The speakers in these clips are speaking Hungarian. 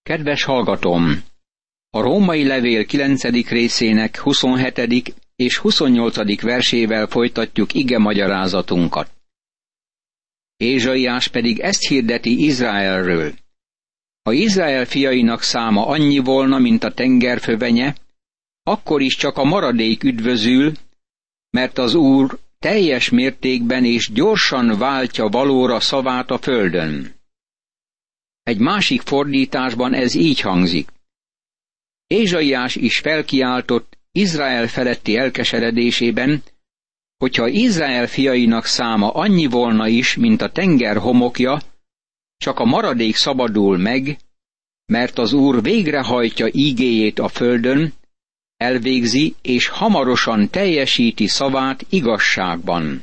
Kedves hallgatom! A Római levél 9. részének 27. és 28. versével folytatjuk ige magyarázatunkat. Ézsaiás pedig ezt hirdeti Izraelről. Ha Izrael fiainak száma annyi volna, mint a tenger fövenye, akkor is csak a maradék üdvözül, mert az Úr teljes mértékben és gyorsan váltja valóra szavát a földön. Egy másik fordításban ez így hangzik. Ézsaiás is felkiáltott Izrael feletti elkeseredésében, hogyha Izrael fiainak száma annyi volna is, mint a tenger homokja, csak a maradék szabadul meg, mert az Úr végrehajtja ígéjét a földön, elvégzi és hamarosan teljesíti szavát igazságban.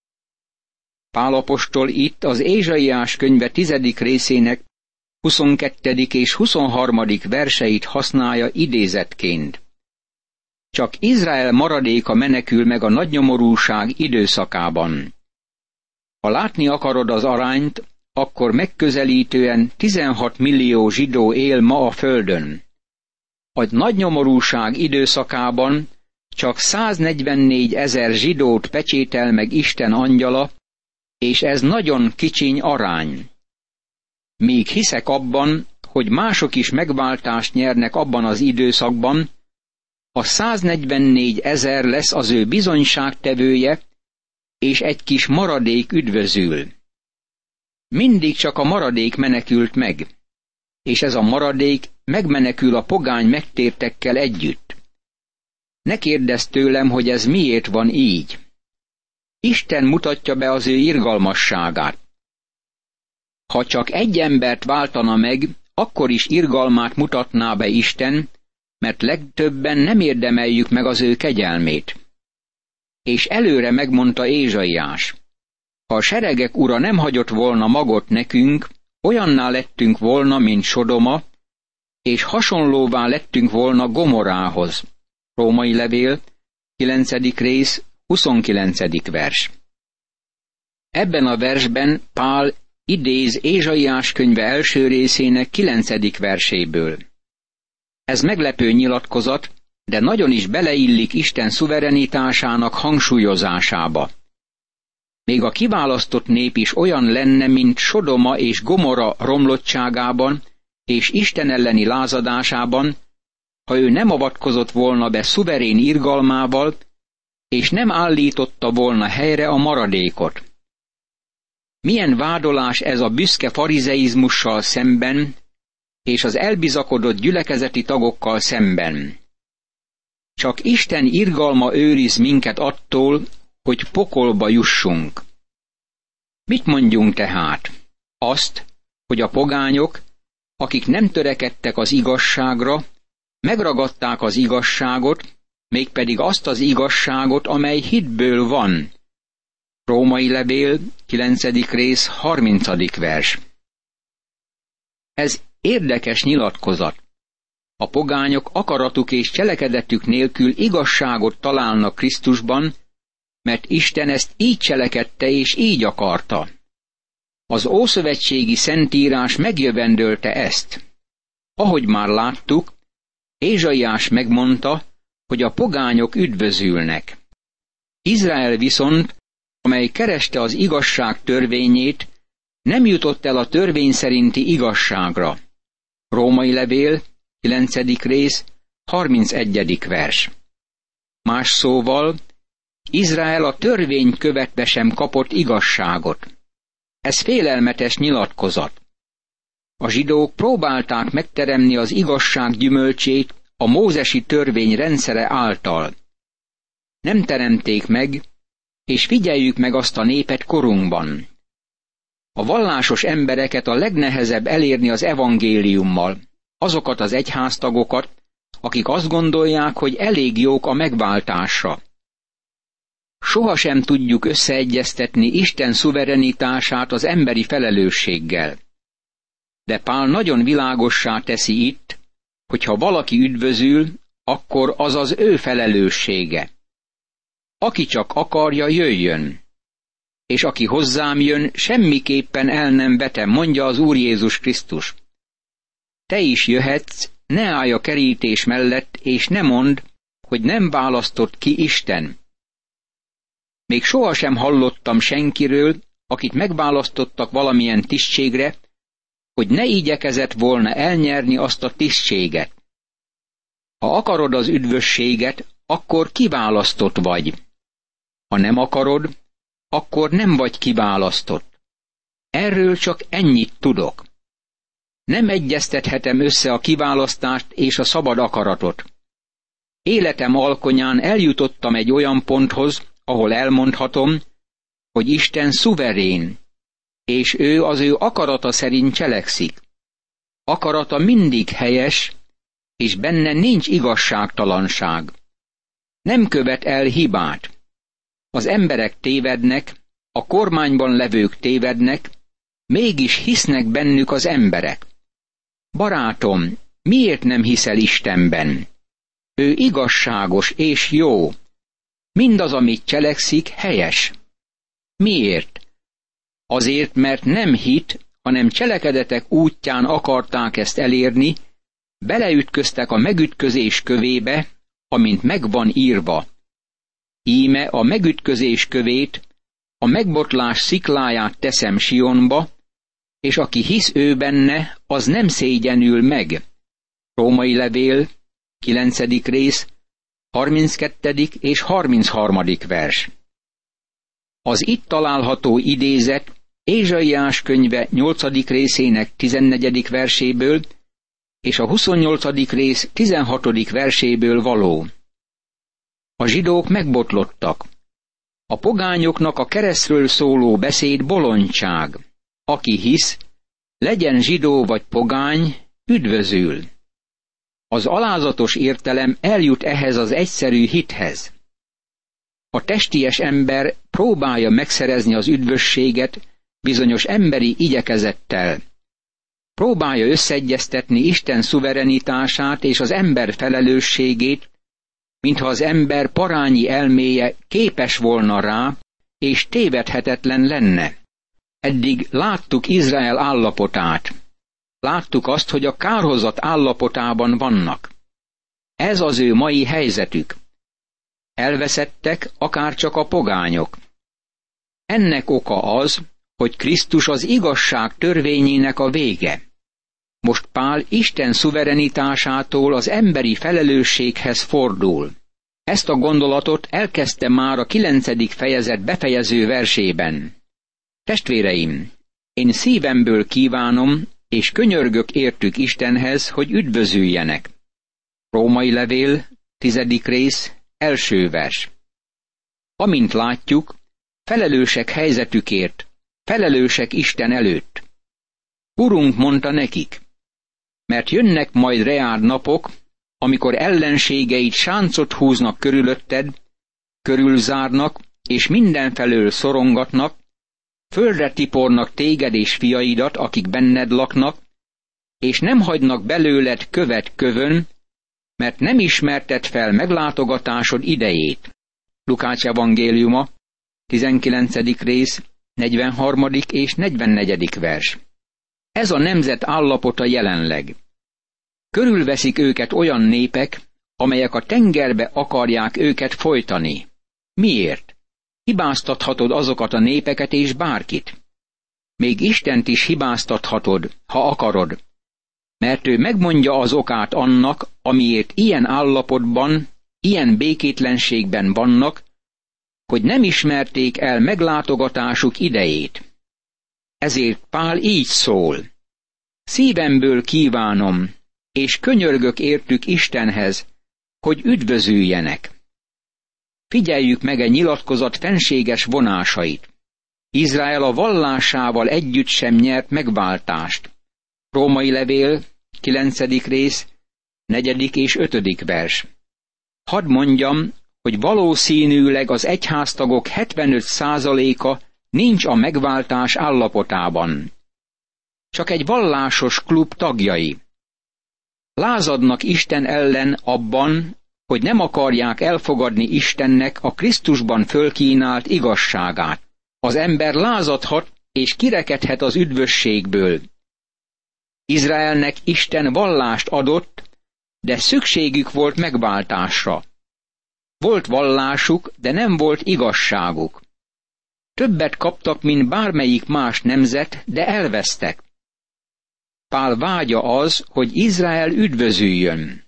Pál apostol itt az Ézsaiás könyve 10. részének 22. és 23. verseit használja idézetként. Csak Izrael maradéka menekül meg a nagynyomorúság időszakában. Ha látni akarod az arányt, akkor megközelítően 16 millió zsidó él ma a földön. A nagynyomorúság időszakában csak 144 000 zsidót pecsétel meg Isten angyala, és ez nagyon kicsiny arány. Míg hiszek abban, hogy mások is megváltást nyernek abban az időszakban, a 144 000 lesz az ő bizonyságtevője, és egy kis maradék üdvözül. Mindig csak a maradék menekült meg, és ez a maradék megmenekül a pogány megtértekkel együtt. Ne kérdezz tőlem, hogy ez miért van így. Isten mutatja be az ő irgalmasságát. Ha csak egy embert váltana meg, akkor is irgalmát mutatná be Isten, mert legtöbben nem érdemeljük meg az ő kegyelmét. És előre megmondta Ézsaiás, ha a seregek ura nem hagyott volna magot nekünk, olyanná lettünk volna, mint Sodoma, és hasonlóvá lettünk volna Gomorához. Római levél, 9. rész, 29. vers. Ebben a versben Pál idéz Ézsaiás könyve első részének 9. verséből. Ez meglepő nyilatkozat, de nagyon is beleillik Isten szuverenitásának hangsúlyozásába. Még a kiválasztott nép is olyan lenne, mint Sodoma és Gomora romlottságában és Isten elleni lázadásában, ha ő nem avatkozott volna be szuverén irgalmával, és nem állította volna helyre a maradékot. Milyen vádolás ez a büszke farizeizmussal szemben, és az elbizakodott gyülekezeti tagokkal szemben. Csak Isten irgalma őriz minket attól, hogy pokolba jussunk. Mit mondjunk tehát? Azt, hogy a pogányok, akik nem törekedtek az igazságra, megragadták az igazságot, mégpedig azt az igazságot, amely hitből van. Római levél, 9. rész, 30. vers. Ez érdekes nyilatkozat. A pogányok akaratuk és cselekedetük nélkül igazságot találnak Krisztusban, mert Isten ezt így cselekedte és így akarta. Az ószövetségi szentírás megjövendölte ezt. Ahogy már láttuk, Ézsaiás megmondta, hogy a pogányok üdvözülnek. Izrael viszont, amely kereste az igazság törvényét, nem jutott el a törvény szerinti igazságra. Római levél, 9. rész, 31. vers. Más szóval, Izrael a törvény követve sem kapott igazságot. Ez félelmetes nyilatkozat. A zsidók próbálták megteremni az igazság gyümölcsét a mózesi törvény rendszere által. Nem teremték meg, és figyeljük meg azt a népet korunkban. A vallásos embereket a legnehezebb elérni az evangéliummal, azokat az egyháztagokat, akik azt gondolják, hogy elég jók a megváltásra. Sohasem tudjuk összeegyeztetni Isten szuverenitását az emberi felelősséggel. De Pál nagyon világossá teszi itt, hogy ha valaki üdvözül, akkor az az ő felelőssége. Aki csak akarja, jöjjön. És aki hozzám jön, semmiképpen el nem vetem, mondja az Úr Jézus Krisztus. te is jöhetsz, ne állj a kerítés mellett, és ne mondd, hogy nem választott ki Isten. Még sohasem hallottam senkiről, akit megválasztottak valamilyen tisztségre, hogy ne igyekezett volna elnyerni azt a tisztséget. Ha akarod az üdvösséget, akkor kiválasztott vagy. Ha nem akarod, akkor nem vagy kiválasztott. Erről csak ennyit tudok. Nem egyeztethetem össze a kiválasztást és a szabad akaratot. Életem alkonyán eljutottam egy olyan ponthoz, ahol elmondhatom, hogy Isten szuverén, és ő az ő akarata szerint cselekszik. Akarata mindig helyes, és benne nincs igazságtalanság. Nem követ el hibát. Az emberek tévednek, a kormányban levők tévednek, mégis hisznek bennük az emberek. Barátom, miért nem hiszel Istenben? Ő igazságos és jó. Mindaz, amit cselekszik, helyes. Miért? Azért, mert nem hit, hanem cselekedetek útján akarták ezt elérni, beleütköztek a megütközés kövébe, amint megvan írva. Íme a megütközés kövét, a megbotlás szikláját teszem Sionba, és aki hisz ő benne, az nem szégyenül meg. Római levél, 9. rész, 32. és 33. vers. Az itt található idézet Ézsaiás könyve 8. részének 14. verséből és a 28. rész 16. verséből való. A zsidók megbotlottak. A pogányoknak a keresztről szóló beszéd bolondság. Aki hisz, legyen zsidó vagy pogány, üdvözül. Az alázatos értelem eljut ehhez az egyszerű hithez. A testies ember próbálja megszerezni az üdvösséget bizonyos emberi igyekezettel. Próbálja összeegyeztetni Isten szuverenitását és az ember felelősségét, mintha az ember parányi elméje képes volna rá, és tévedhetetlen lenne. Eddig láttuk Izrael állapotát. Láttuk azt, hogy a kárhozat állapotában vannak. Ez az ő mai helyzetük. Elveszettek akárcsak a pogányok. Ennek oka az, hogy Krisztus az igazság törvényének a vége. Most Pál Isten szuverenitásától az emberi felelősséghez fordul. Ezt a gondolatot elkezdte már a 9. fejezet befejező versében. Testvéreim, én szívemből kívánom, és könyörgök értük Istenhez, hogy üdvözüljenek. Római levél, 10. rész, 1. vers. Amint látjuk, felelősek helyzetükért, felelősek Isten előtt. Urunk mondta nekik, mert jönnek majd reád napok, amikor ellenségeid sáncot húznak körülötted, körülzárnak, és mindenfelől szorongatnak, földre tipornak téged és fiaidat, akik benned laknak, és nem hagynak belőled követ kövön, mert nem ismerted fel meglátogatásod idejét. Lukács evangéliuma, 19. rész, 43. és 44. vers. Ez a nemzet állapota jelenleg. Körülveszik őket olyan népek, amelyek a tengerbe akarják őket folytani. Miért? Hibáztathatod azokat a népeket és bárkit. Még Istent is hibáztathatod, ha akarod, mert ő megmondja az okát annak, amiért ilyen állapotban, ilyen békétlenségben vannak, hogy nem ismerték el meglátogatásuk idejét. Ezért Pál így szól. Szívemből kívánom, és könyörgök értük Istenhez, hogy üdvözüljenek. Figyeljük meg egy nyilatkozat fenséges vonásait. Izrael a vallásával együtt sem nyert megváltást. Római levél, 9. rész, 4. és 5. vers. Hadd mondjam, hogy valószínűleg az egyháztagok 75%-a nincs a megváltás állapotában. Csak egy vallásos klub tagjai. Lázadnak Isten ellen abban, hogy nem akarják elfogadni Istennek a Krisztusban fölkínált igazságát. Az ember lázadhat és kirekedhet az üdvösségből. Izraelnek Isten vallást adott, de szükségük volt megváltásra. Volt vallásuk, de nem volt igazságuk. Többet kaptak, mint bármelyik más nemzet, de elvesztek. Pál vágya az, hogy Izrael üdvözüljön.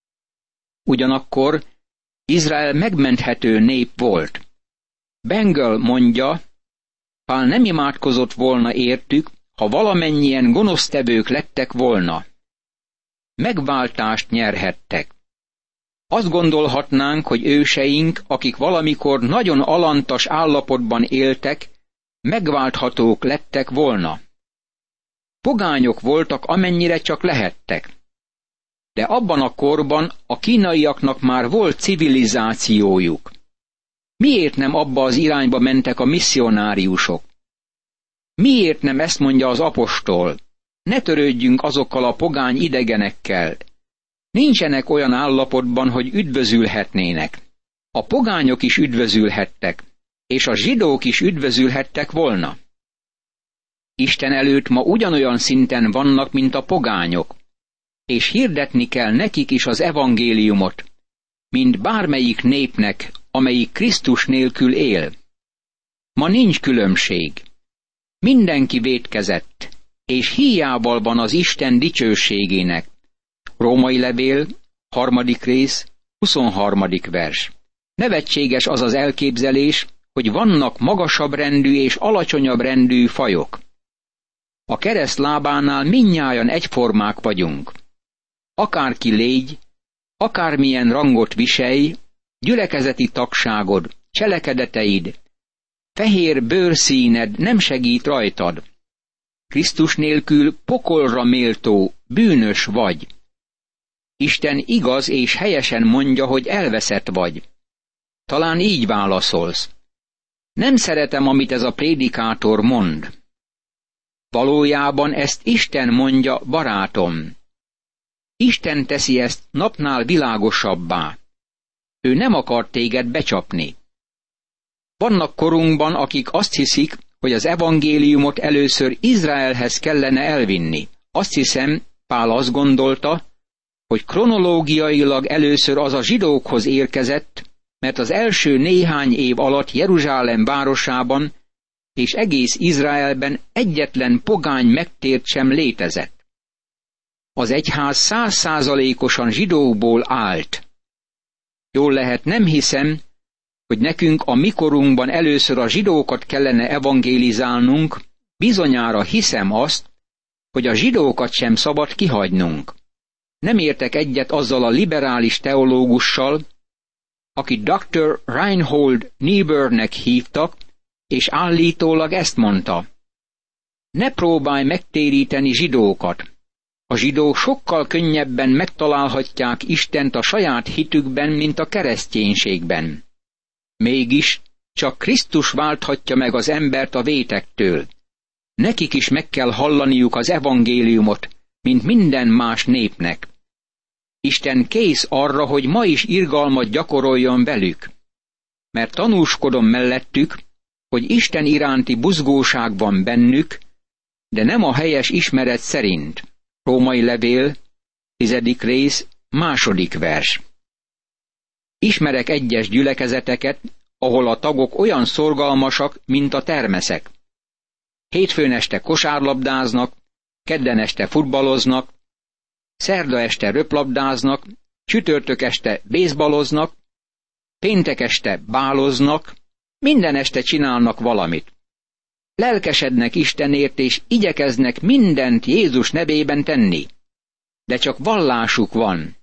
Ugyanakkor Izrael megmenthető nép volt. Bengel mondja, Pál nem imádkozott volna értük, ha valamennyien gonosztevők lettek volna. Megváltást nyerhettek. Azt gondolhatnánk, hogy őseink, akik valamikor nagyon alantas állapotban éltek, megválthatók lettek volna. Pogányok voltak, amennyire csak lehettek. De abban a korban a kínaiaknak már volt civilizációjuk. Miért nem abba az irányba mentek a misszionáriusok? Miért nem ezt mondja az apostol? Ne törődjünk azokkal a pogány idegenekkel. Nincsenek olyan állapotban, hogy üdvözülhetnének. A pogányok is üdvözülhettek, és a zsidók is üdvözülhettek volna. Isten előtt ma ugyanolyan szinten vannak, mint a pogányok, és hirdetni kell nekik is az evangéliumot, mint bármelyik népnek, amelyik Krisztus nélkül él. Ma nincs különbség. Mindenki vétkezett, és híjával van az Isten dicsőségének. Római levél, 3. rész, 23. vers. Nevetséges az az elképzelés, hogy vannak magasabb rendű és alacsonyabb rendű fajok. A kereszt lábánál mindnyájan egyformák vagyunk. Akárki légy, akármilyen rangot viselj, gyülekezeti tagságod, cselekedeteid, fehér bőrszíned nem segít rajtad. Krisztus nélkül pokolra méltó, bűnös vagy. Isten igaz és helyesen mondja, hogy elveszett vagy. Talán így válaszolsz. Nem szeretem, amit ez a prédikátor mond. Valójában ezt Isten mondja, barátom. Isten teszi ezt napnál világosabbá. Ő nem akar téged becsapni. Vannak korunkban, akik azt hiszik, hogy az evangéliumot először Izraelhez kellene elvinni. Azt hiszem, Pál azt gondolta, hogy kronológiailag először az a zsidókhoz érkezett, mert az első néhány év alatt Jeruzsálem városában és egész Izraelben egyetlen pogány megtért sem létezett. Az egyház 100%-osan zsidókból állt. Jól lehet, nem hiszem, hogy nekünk a mikorunkban először a zsidókat kellene evangélizálnunk, bizonyára hiszem azt, hogy a zsidókat sem szabad kihagynunk. Nem értek egyet azzal a liberális teológussal, akit Dr. Reinhold Niebuhrnek hívtak, és állítólag ezt mondta. Ne próbálj megtéríteni zsidókat. A zsidók sokkal könnyebben megtalálhatják Istent a saját hitükben, mint a kereszténységben. Mégis csak Krisztus válthatja meg az embert a vétektől. Nekik is meg kell hallaniuk az evangéliumot, mint minden más népnek. Isten kész arra, hogy ma is irgalmat gyakoroljon velük. Mert tanúskodom mellettük, hogy Isten iránti buzgóság van bennük, de nem a helyes ismeret szerint. Római levél, 10. rész, 2. vers. Ismerek egyes gyülekezeteket, ahol a tagok olyan szorgalmasak, mint a termeszek. Hétfőn este kosárlabdáznak, kedden este futballoznak, szerda este röplabdáznak, csütörtök este bészballoznak, péntek este báloznak, minden este csinálnak valamit. Lelkesednek Istenért, és igyekeznek mindent Jézus nevében tenni. De csak vallásuk van.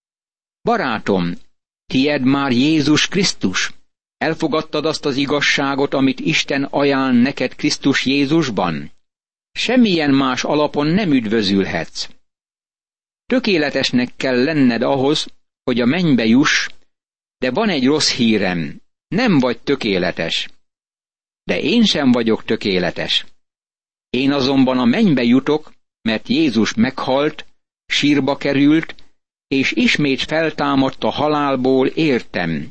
Barátom, tied már Jézus Krisztus? Elfogadtad azt az igazságot, amit Isten ajánl neked Krisztus Jézusban? Semmilyen más alapon nem üdvözülhetsz. Tökéletesnek kell lenned ahhoz, hogy a mennybe juss, de van egy rossz hírem, nem vagy tökéletes. De én sem vagyok tökéletes. Én azonban a mennybe jutok, mert Jézus meghalt, sírba került, és ismét feltámadt a halálból értem.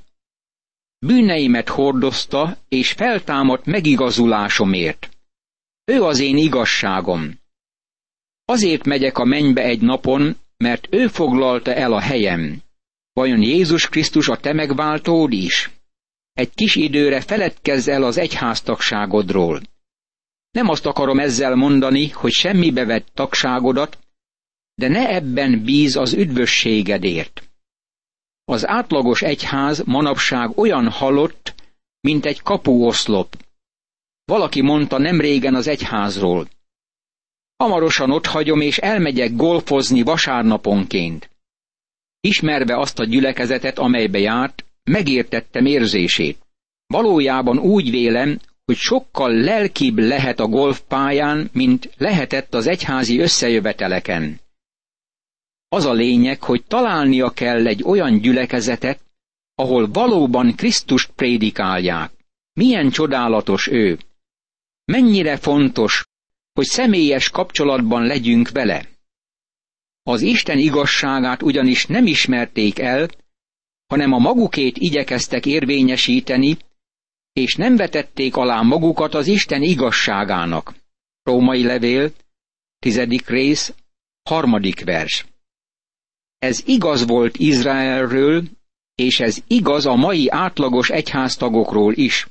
Bűneimet hordozta, és feltámadt megigazulásomért. Ő az én igazságom. Azért megyek a mennybe egy napon, mert ő foglalta el a helyem. Vajon Jézus Krisztus a te megváltód is? Egy kis időre feledkezz el az egyháztagságodról. Nem azt akarom ezzel mondani, hogy semmibe vedd tagságodat, de ne ebben bíz az üdvösségedért. Az átlagos egyház manapság olyan halott, mint egy kapuoszlop. Valaki mondta nemrégen az egyházról: hamarosan otthagyom és elmegyek golfozni vasárnaponként. Ismerve azt a gyülekezetet, amelybe járt, megértettem érzését. Valójában úgy vélem, hogy sokkal lelkibb lehet a golfpályán, mint lehetett az egyházi összejöveteleken. Az a lényeg, hogy találnia kell egy olyan gyülekezetet, ahol valóban Krisztust prédikálják. Milyen csodálatos ő! Mennyire fontos, hogy személyes kapcsolatban legyünk vele. Az Isten igazságát ugyanis nem ismerték el, hanem a magukét igyekeztek érvényesíteni, és nem vetették alá magukat az Isten igazságának. Római levél, 10. rész, 3. vers. Ez igaz volt Izraelről, és ez igaz a mai átlagos egyháztagokról is.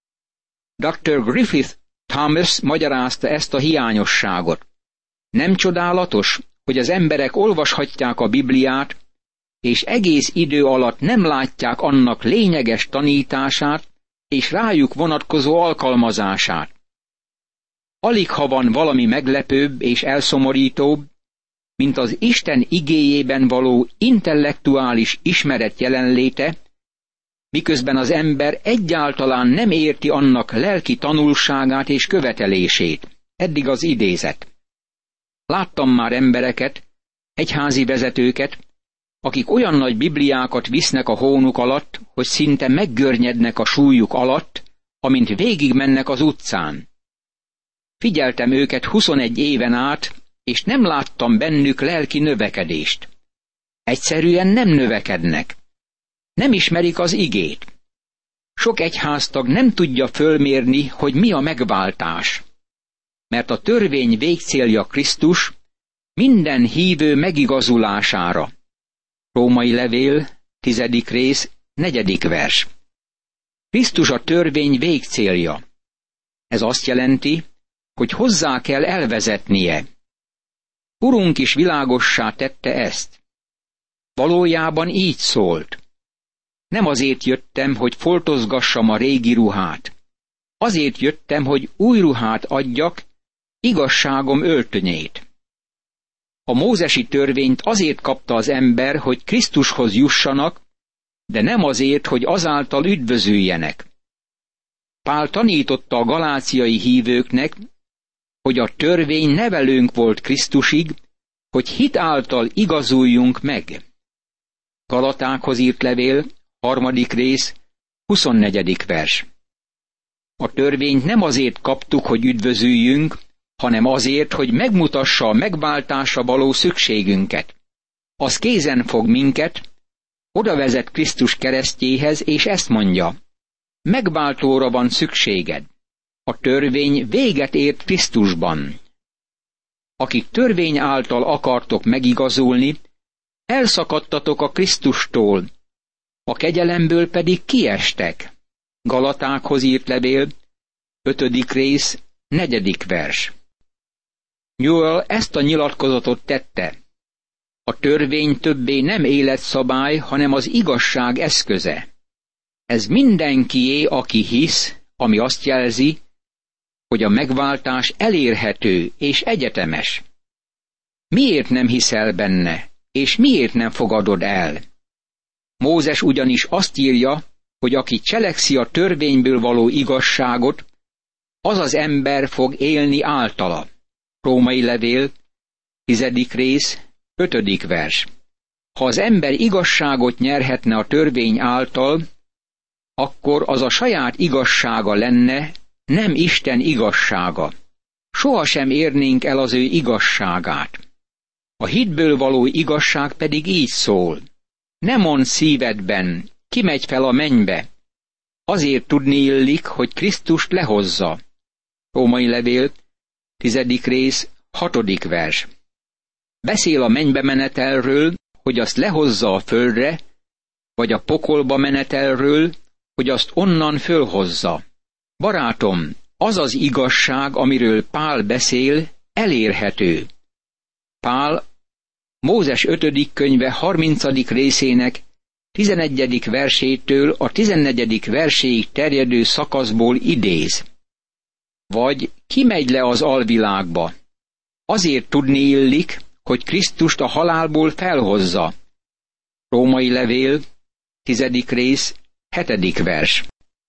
Dr. Griffith Thomas magyarázta ezt a hiányosságot. Nem csodálatos, hogy az emberek olvashatják a Bibliát, és egész idő alatt nem látják annak lényeges tanítását és rájuk vonatkozó alkalmazását. Aligha van valami meglepőbb és elszomorítóbb, mint az Isten igéjében való intellektuális ismeret jelenléte, miközben az ember egyáltalán nem érti annak lelki tanulságát és követelését. Eddig az idézet. Láttam már embereket, egyházi vezetőket, akik olyan nagy bibliákat visznek a hónuk alatt, hogy szinte meggörnyednek a súlyuk alatt, amint végigmennek az utcán. Figyeltem őket 21 éven át, és nem láttam bennük lelki növekedést. Egyszerűen nem növekednek. Nem ismerik az igét. Sok egyháztag nem tudja fölmérni, hogy mi a megváltás. Mert a törvény végcélja Krisztus minden hívő megigazulására. Római levél, 10. rész, 4. vers. Krisztus a törvény végcélja. Ez azt jelenti, hogy hozzá kell elvezetnie. Urunk is világossá tette ezt. Valójában így szólt. Nem azért jöttem, hogy foltozgassam a régi ruhát. Azért jöttem, hogy új ruhát adjak, igazságom öltönyét. A mózesi törvényt azért kapta az ember, hogy Krisztushoz jussanak, de nem azért, hogy azáltal üdvözüljenek. Pál tanította a galáciai hívőknek, hogy a törvény nevelőnk volt Krisztusig, hogy hit által igazuljunk meg. Galatákhoz írt levél, 3. rész, 24. vers. A törvényt nem azért kaptuk, hogy üdvözüljünk, hanem azért, hogy megmutassa a megváltásra való szükségünket. Az kézen fog minket, oda vezet Krisztus keresztjéhez, és ezt mondja: megváltóra van szükséged. A törvény véget ért Krisztusban. Akik törvény által akartok megigazulni, elszakadtatok a Krisztustól, a kegyelemből pedig kiestek. Galatákhoz írt levél, 5. rész, 4. vers. Newell ezt a nyilatkozatot tette. A törvény többé nem életszabály, hanem az igazság eszköze. Ez mindenkié, aki hisz, ami azt jelzi, hogy a megváltás elérhető és egyetemes. Miért nem hiszel benne, és miért nem fogadod el? Mózes ugyanis azt írja, hogy aki cselekszi a törvényből való igazságot, az az ember fog élni általa. Római levél, 10. rész, 5. vers. Ha az ember igazságot nyerhetne a törvény által, akkor az a saját igazsága lenne, nem Isten igazsága. Sohasem érnénk el az ő igazságát. A hitből való igazság pedig így szól. Ne mondd szívedben, ki megy fel a mennybe. Azért tudni illik, hogy Krisztust lehozza. Római levél, 10. rész, 6. vers. Beszél a mennybe menetelről, hogy azt lehozza a földre, vagy a pokolba menetelről, hogy azt onnan fölhozza. Barátom, az az igazság, amiről Pál beszél, elérhető. Pál Mózes 5. könyve 30. részének 11. versétől a 14. verséig terjedő szakaszból idéz. Vagy ki megy le az alvilágba? Azért tudni illik, hogy Krisztust a halálból felhozza. Római levél, 10. rész, 7. vers.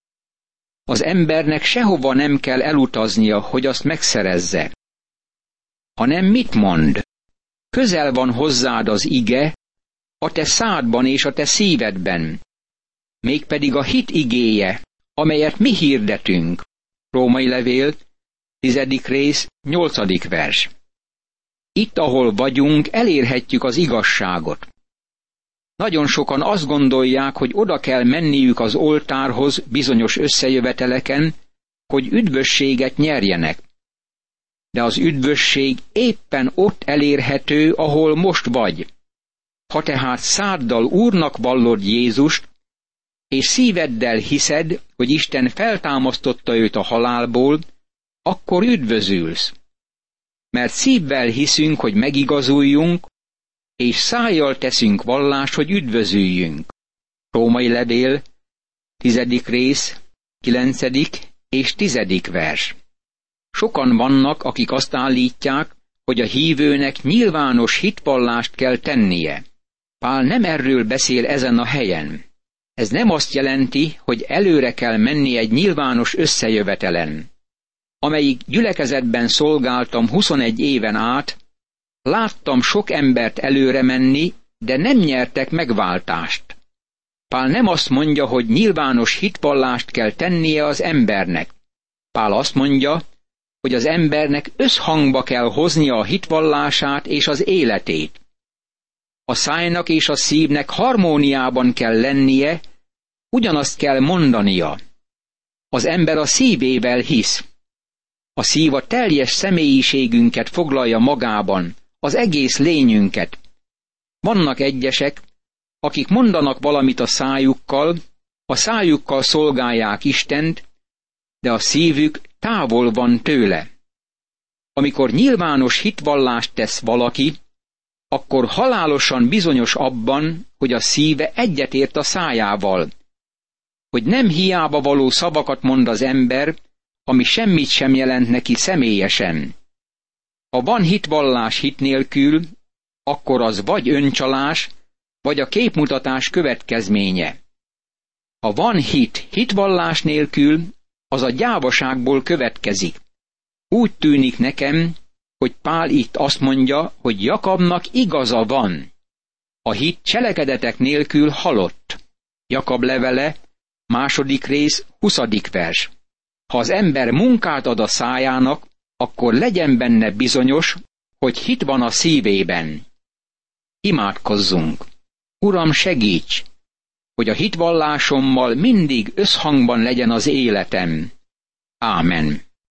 Az embernek sehova nem kell elutaznia, hogy azt megszerezze. Hanem mit mond? Közel van hozzád az ige, a te szádban és a te szívedben. Mégpedig a hit igéje, amelyet mi hirdetünk. Római levél, 10. rész, 8. vers. Itt, ahol vagyunk, elérhetjük az igazságot. Nagyon sokan azt gondolják, hogy oda kell menniük az oltárhoz bizonyos összejöveteleken, hogy üdvösséget nyerjenek. De az üdvösség éppen ott elérhető, ahol most vagy. Ha tehát száddal Úrnak vallod Jézust, és szíveddel hiszed, hogy Isten feltámasztotta őt a halálból, akkor üdvözülsz. Mert szívvel hiszünk, hogy megigazuljunk, és szájjal teszünk vallást, hogy üdvözüljünk. Római levél, 10. rész, 9. és 10. vers. Sokan vannak, akik azt állítják, hogy a hívőnek nyilvános hitvallást kell tennie. Pál nem erről beszél ezen a helyen. Ez nem azt jelenti, hogy előre kell menni egy nyilvános összejövetelen. Amelyik gyülekezetben szolgáltam 21 éven át, láttam sok embert előre menni, de nem nyertek megváltást. Pál nem azt mondja, hogy nyilvános hitvallást kell tennie az embernek. Pál azt mondja, hogy az embernek összhangba kell hoznia a hitvallását és az életét. A szájnak és a szívnek harmóniában kell lennie, ugyanazt kell mondania. Az ember a szívével hisz. A szív a teljes személyiségünket foglalja magában, az egész lényünket. Vannak egyesek, akik mondanak valamit a szájukkal szolgálják Istent, de a szívük távol van tőle. Amikor nyilvános hitvallást tesz valaki, akkor halálosan bizonyos abban, hogy a szíve egyetért a szájával, hogy nem hiába való szavakat mond az ember, ami semmit sem jelent neki személyesen. Ha van hitvallás hit nélkül, akkor az vagy öncsalás, vagy a képmutatás következménye. Ha van hitvallás nélkül, az a gyávaságból következik. Úgy tűnik nekem, hogy Pál itt azt mondja, hogy Jakabnak igaza van. A hit cselekedetek nélkül halott. Jakab levele, 2. rész, 20. vers. Ha az ember munkát ad a szájának, akkor legyen benne bizonyos, hogy hit van a szívében. Imádkozzunk! Uram, segíts, hogy a hitvallásommal mindig összhangban legyen az életem. Ámen.